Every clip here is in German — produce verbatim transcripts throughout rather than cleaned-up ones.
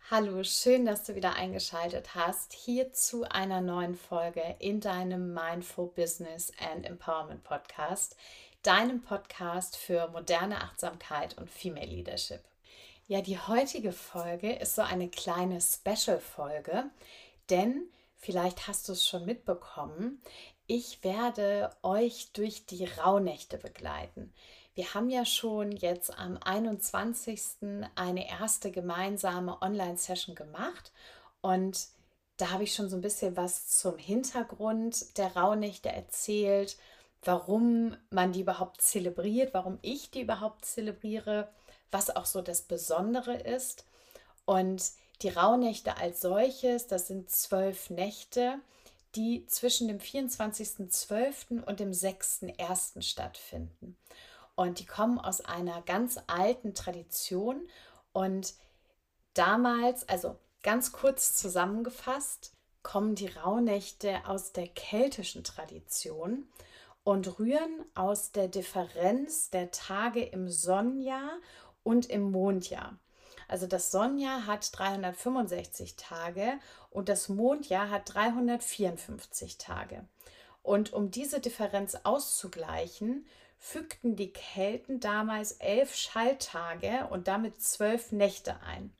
Hallo, schön, dass du wieder eingeschaltet hast hier zu einer neuen Folge in deinem Mindful Business and Empowerment Podcast, deinem Podcast für moderne Achtsamkeit und Female Leadership. Ja, die heutige Folge ist so eine kleine Special-Folge, denn vielleicht hast du es schon mitbekommen, ich werde euch durch die Rauhnächte begleiten. Wir haben ja schon jetzt am einundzwanzigsten eine erste gemeinsame Online-Session gemacht und da habe ich schon so ein bisschen was zum Hintergrund der Rauhnächte erzählt, warum man die überhaupt zelebriert, warum ich die überhaupt zelebriere, was auch so das Besondere ist. Und die Rauhnächte als solches, das sind zwölf Nächte, die zwischen dem vierundzwanzigsten zwölften und dem sechsten ersten stattfinden. Und die kommen aus einer ganz alten Tradition. Und damals, also ganz kurz zusammengefasst, kommen die Rauhnächte aus der keltischen Tradition und rühren aus der Differenz der Tage im Sonnenjahr und im Mondjahr. Also das Sonnenjahr hat dreihundertfünfundsechzig Tage und das Mondjahr hat dreihundertvierundfünfzig Tage. Und um diese Differenz auszugleichen, fügten die Kelten damals elf Schalltage und damit zwölf Nächte ein.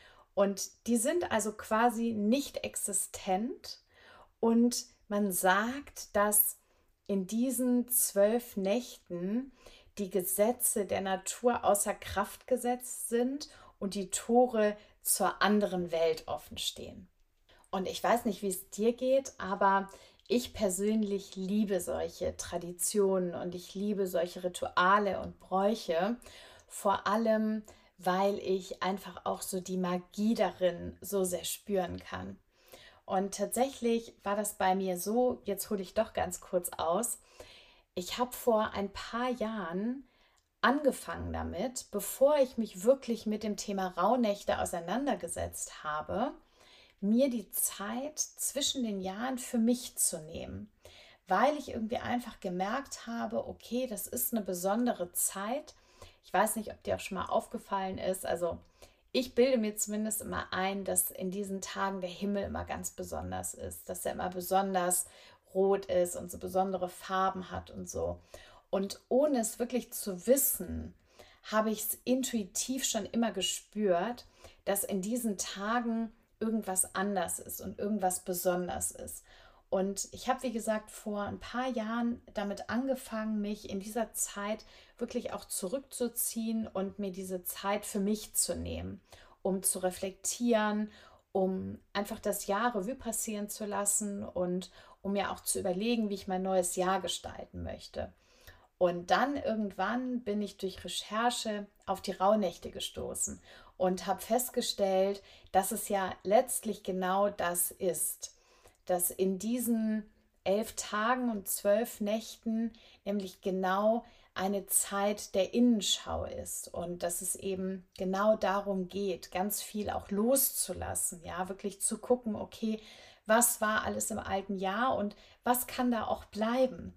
Und die sind also quasi nicht existent. Und man sagt, dass in diesen zwölf Nächten die Gesetze der Natur außer Kraft gesetzt sind und die Tore zur anderen Welt offen stehen. Und ich weiß nicht, wie es dir geht, aber ich persönlich liebe solche Traditionen und ich liebe solche Rituale und Bräuche, vor allem, weil ich einfach auch so die Magie darin so sehr spüren kann. Und tatsächlich war das bei mir so, jetzt hole ich doch ganz kurz aus, ich habe vor ein paar Jahren angefangen damit, bevor ich mich wirklich mit dem Thema Rauhnächte auseinandergesetzt habe, mir die Zeit zwischen den Jahren für mich zu nehmen, weil ich irgendwie einfach gemerkt habe, okay, das ist eine besondere Zeit. Ich weiß nicht, ob dir auch schon mal aufgefallen ist, also ich bilde mir zumindest immer ein, dass in diesen Tagen der Himmel immer ganz besonders ist, dass er immer besonders rot ist und so besondere Farben hat und so. Und ohne es wirklich zu wissen, habe ich es intuitiv schon immer gespürt, dass in diesen Tagen irgendwas anders ist und irgendwas besonders ist. Und ich habe, wie gesagt, vor ein paar Jahren damit angefangen, mich in dieser Zeit wirklich auch zurückzuziehen und mir diese Zeit für mich zu nehmen, um zu reflektieren, um einfach das Jahr Revue passieren zu lassen und um mir auch zu überlegen, wie ich mein neues Jahr gestalten möchte. Und dann irgendwann bin ich durch Recherche auf die Rauhnächte gestoßen und habe festgestellt, dass es ja letztlich genau das ist, dass in diesen elf Tagen und zwölf Nächten nämlich genau eine Zeit der Innenschau ist und dass es eben genau darum geht, ganz viel auch loszulassen, ja, wirklich zu gucken, okay, was war alles im alten Jahr und was kann da auch bleiben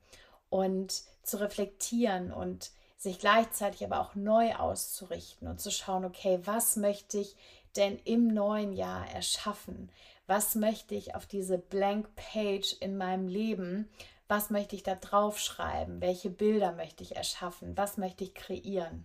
und zu reflektieren und sich gleichzeitig aber auch neu auszurichten und zu schauen, okay, was möchte ich denn im neuen Jahr erschaffen? Was möchte ich auf diese Blank Page in meinem Leben? Was möchte ich da drauf schreiben? Welche Bilder möchte ich erschaffen? Was möchte ich kreieren?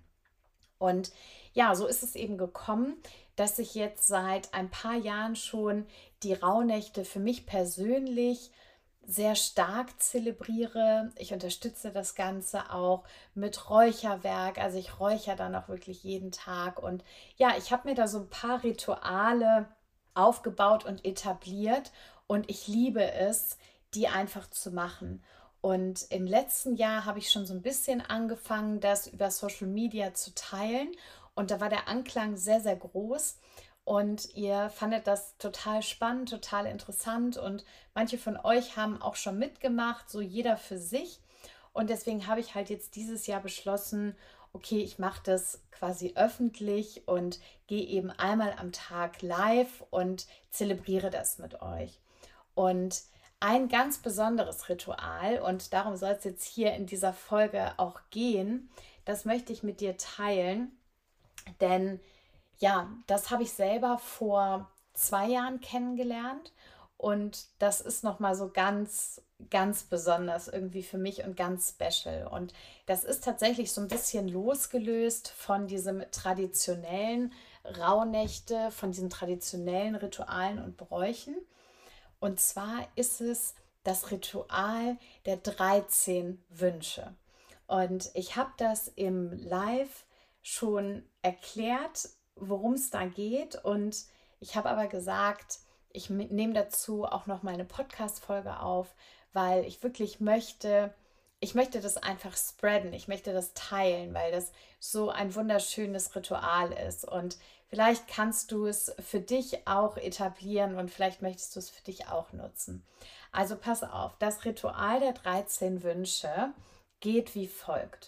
Und ja, so ist es eben gekommen, dass ich jetzt seit ein paar Jahren schon die Rauhnächte für mich persönlich sehr stark zelebriere. Ich unterstütze das Ganze auch mit Räucherwerk. Also ich räuchere dann auch wirklich jeden Tag. Und ja, ich habe mir da so ein paar Rituale aufgebaut und etabliert. Und ich liebe es, die einfach zu machen. Und im letzten Jahr habe ich schon so ein bisschen angefangen, das über Social Media zu teilen. Und da war der Anklang sehr, sehr groß. Und ihr fandet das total spannend, total interessant. Und manche von euch haben auch schon mitgemacht, so jeder für sich. Und deswegen habe ich halt jetzt dieses Jahr beschlossen, okay, ich mache das quasi öffentlich und gehe eben einmal am Tag live und zelebriere das mit euch. Und ein ganz besonderes Ritual, und darum soll es jetzt hier in dieser Folge auch gehen, das möchte ich mit dir teilen, denn Ja, das habe ich selber vor zwei Jahren kennengelernt und das ist nochmal so ganz, ganz besonders irgendwie für mich und ganz special. Und das ist tatsächlich so ein bisschen losgelöst von diesem traditionellen Rauhnächte, von diesen traditionellen Ritualen und Bräuchen. Und zwar ist es das Ritual der dreizehn Wünsche. Und ich habe das im Live schon erklärt, worum es da geht. Und ich habe aber gesagt, ich nehme dazu auch noch mal eine Podcast-Folge auf, weil ich wirklich möchte, ich möchte das einfach spreaden, ich möchte das teilen, weil das so ein wunderschönes Ritual ist. Und vielleicht kannst du es für dich auch etablieren und vielleicht möchtest du es für dich auch nutzen. Also pass auf, das Ritual der dreizehn Wünsche geht wie folgt.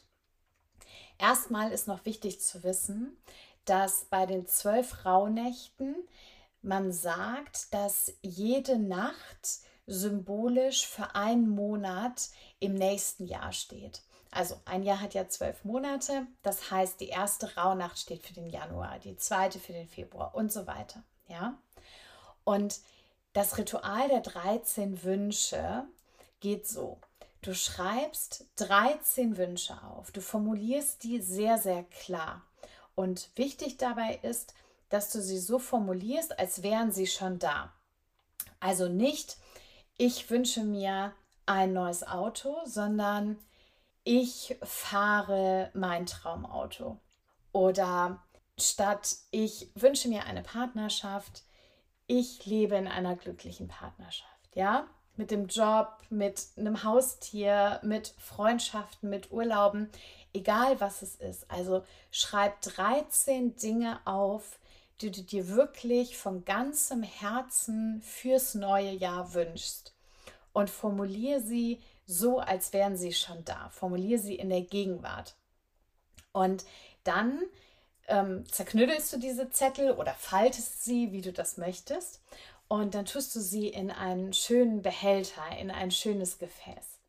Erstmal ist noch wichtig zu wissen, dass bei den zwölf Rauhnächten man sagt, dass jede Nacht symbolisch für einen Monat im nächsten Jahr steht. Also ein Jahr hat ja zwölf Monate, das heißt, die erste Rauhnacht steht für den Januar, die zweite für den Februar und so weiter. Ja? Und das Ritual der dreizehn Wünsche geht so. Du schreibst dreizehn Wünsche auf. Du formulierst die sehr, sehr klar. Und wichtig dabei ist, dass du sie so formulierst, als wären sie schon da. Also nicht, ich wünsche mir ein neues Auto, sondern ich fahre mein Traumauto. Oder statt ich wünsche mir eine Partnerschaft, ich lebe in einer glücklichen Partnerschaft. Ja, mit dem Job, mit einem Haustier, mit Freundschaften, mit Urlauben, egal was es ist. Also schreib dreizehn Dinge auf, die du dir wirklich von ganzem Herzen fürs neue Jahr wünschst. Und formuliere sie so, als wären sie schon da. Formuliere sie in der Gegenwart. Und dann ähm, zerknüttelst du diese Zettel oder faltest sie, wie du das möchtest. Und dann tust du sie in einen schönen Behälter, in ein schönes Gefäß.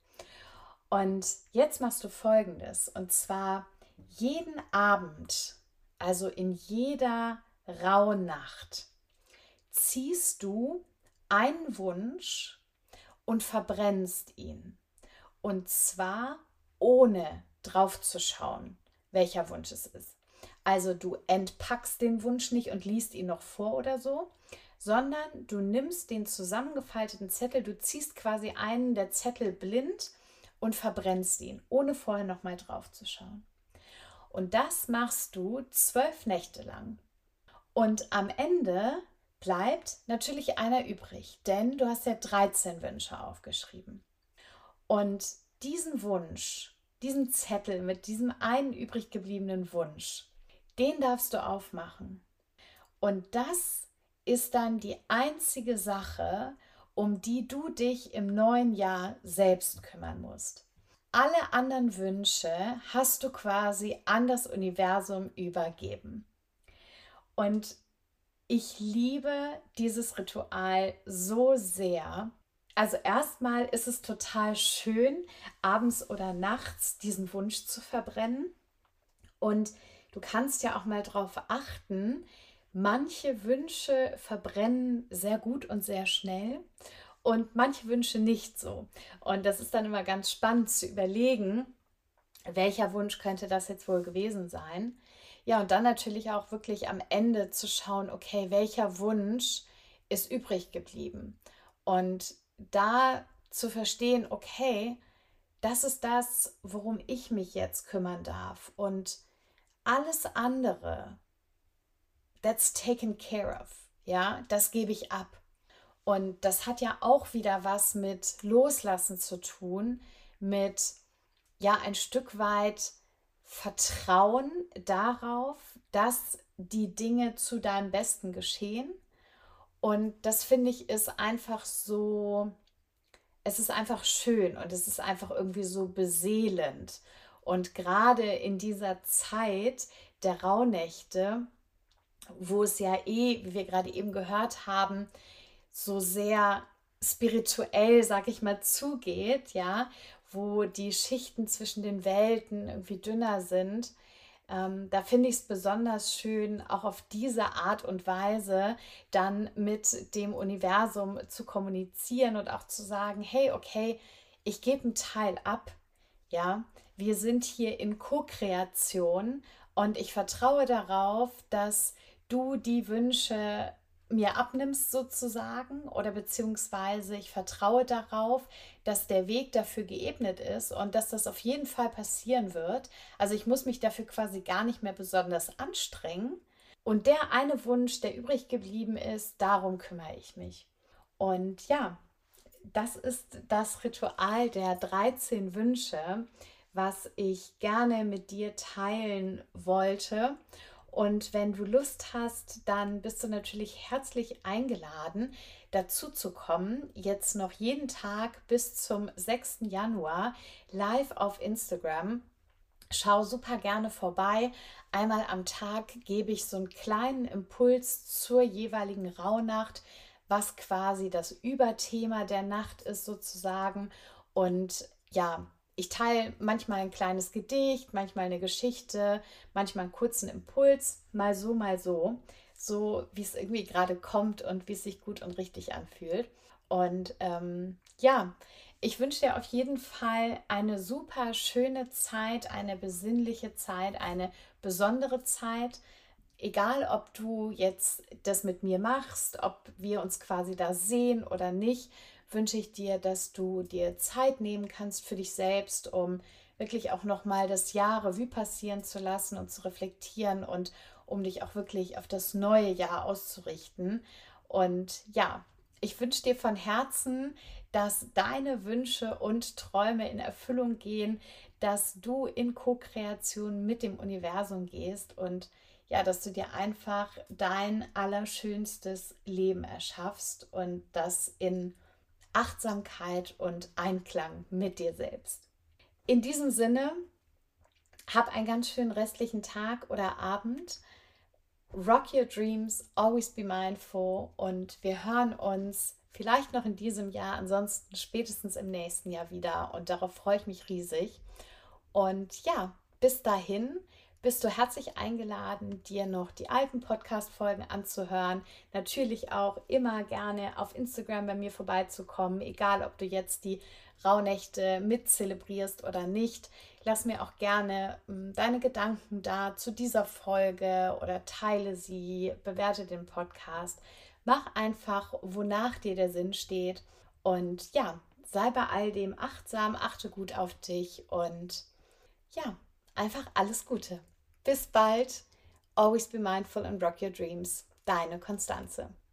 Und jetzt machst du Folgendes. Und zwar jeden Abend, also in jeder Rauhnacht, ziehst du einen Wunsch und verbrennst ihn. Und zwar ohne drauf zu schauen, welcher Wunsch es ist. Also du entpackst den Wunsch nicht und liest ihn noch vor oder so, sondern du nimmst den zusammengefalteten Zettel, du ziehst quasi einen der Zettel blind und verbrennst ihn, ohne vorher nochmal drauf zu schauen. Und das machst du zwölf Nächte lang. Und am Ende bleibt natürlich einer übrig, denn du hast ja dreizehn Wünsche aufgeschrieben. Und diesen Wunsch, diesen Zettel mit diesem einen übrig gebliebenen Wunsch, den darfst du aufmachen. Und das ist dann die einzige Sache, um die du dich im neuen Jahr selbst kümmern musst. Alle anderen Wünsche hast du quasi an das Universum übergeben. Und ich liebe dieses Ritual so sehr. Also erstmal ist es total schön, abends oder nachts diesen Wunsch zu verbrennen. Und du kannst ja auch mal darauf achten, manche Wünsche verbrennen sehr gut und sehr schnell und manche Wünsche nicht so. Und das ist dann immer ganz spannend zu überlegen, welcher Wunsch könnte das jetzt wohl gewesen sein. Ja, und dann natürlich auch wirklich am Ende zu schauen, okay, welcher Wunsch ist übrig geblieben. Und da zu verstehen, okay, das ist das, worum ich mich jetzt kümmern darf. Und alles andere, that's taken care of. Ja, das gebe ich ab. Und das hat ja auch wieder was mit Loslassen zu tun, mit ja ein Stück weit Vertrauen darauf, dass die Dinge zu deinem Besten geschehen. Und das finde ich ist einfach so, es ist einfach schön und es ist einfach irgendwie so beseelend. Und gerade in dieser Zeit der Rauhnächte, wo es ja eh, wie wir gerade eben gehört haben, so sehr spirituell, sag ich mal, zugeht, ja, wo die Schichten zwischen den Welten irgendwie dünner sind, Ähm, da finde ich es besonders schön, auch auf diese Art und Weise dann mit dem Universum zu kommunizieren und auch zu sagen, hey, okay, ich gebe einen Teil ab, ja, wir sind hier in Co-Kreation und ich vertraue darauf, dass du die Wünsche mir abnimmst sozusagen oder beziehungsweise ich vertraue darauf, dass der Weg dafür geebnet ist und dass das auf jeden Fall passieren wird. Also ich muss mich dafür quasi gar nicht mehr besonders anstrengen. Und der eine Wunsch, der übrig geblieben ist, darum kümmere ich mich. Und ja, das ist das Ritual der dreizehn Wünsche, was ich gerne mit dir teilen wollte. Und wenn du Lust hast, dann bist du natürlich herzlich eingeladen, dazu zu kommen, jetzt noch jeden Tag bis zum sechsten Januar live auf Instagram. Schau super gerne vorbei. Einmal am Tag gebe ich so einen kleinen Impuls zur jeweiligen Rauhnacht, was quasi das Überthema der Nacht ist sozusagen. Und ja, ich teile manchmal ein kleines Gedicht, manchmal eine Geschichte, manchmal einen kurzen Impuls, mal so, mal so, so wie es irgendwie gerade kommt und wie es sich gut und richtig anfühlt. Und ähm, ja, ich wünsche dir auf jeden Fall eine super schöne Zeit, eine besinnliche Zeit, eine besondere Zeit. Egal, ob du jetzt das mit mir machst, ob wir uns quasi da sehen oder nicht, wünsche ich dir, dass du dir Zeit nehmen kannst für dich selbst, um wirklich auch nochmal das Jahr Revue passieren zu lassen und zu reflektieren und um dich auch wirklich auf das neue Jahr auszurichten. Und ja, ich wünsche dir von Herzen, dass deine Wünsche und Träume in Erfüllung gehen, dass du in Co-Kreation mit dem Universum gehst und ja, dass du dir einfach dein allerschönstes Leben erschaffst und das in Achtsamkeit und Einklang mit dir selbst. In diesem Sinne, hab einen ganz schönen restlichen Tag oder Abend. Rock your dreams, always be mindful und wir hören uns vielleicht noch in diesem Jahr, ansonsten spätestens im nächsten Jahr wieder und darauf freue ich mich riesig. Und ja, bis dahin bist du herzlich eingeladen, dir noch die alten Podcast-Folgen anzuhören. Natürlich auch immer gerne auf Instagram bei mir vorbeizukommen, egal ob du jetzt die Rauhnächte mit zelebrierst oder nicht. Lass mir auch gerne m, deine Gedanken da zu dieser Folge oder teile sie, bewerte den Podcast. Mach einfach, wonach dir der Sinn steht. Und ja, sei bei all dem achtsam, achte gut auf dich und ja, einfach alles Gute. Bis bald. Always be mindful and rock your dreams. Deine Constanze.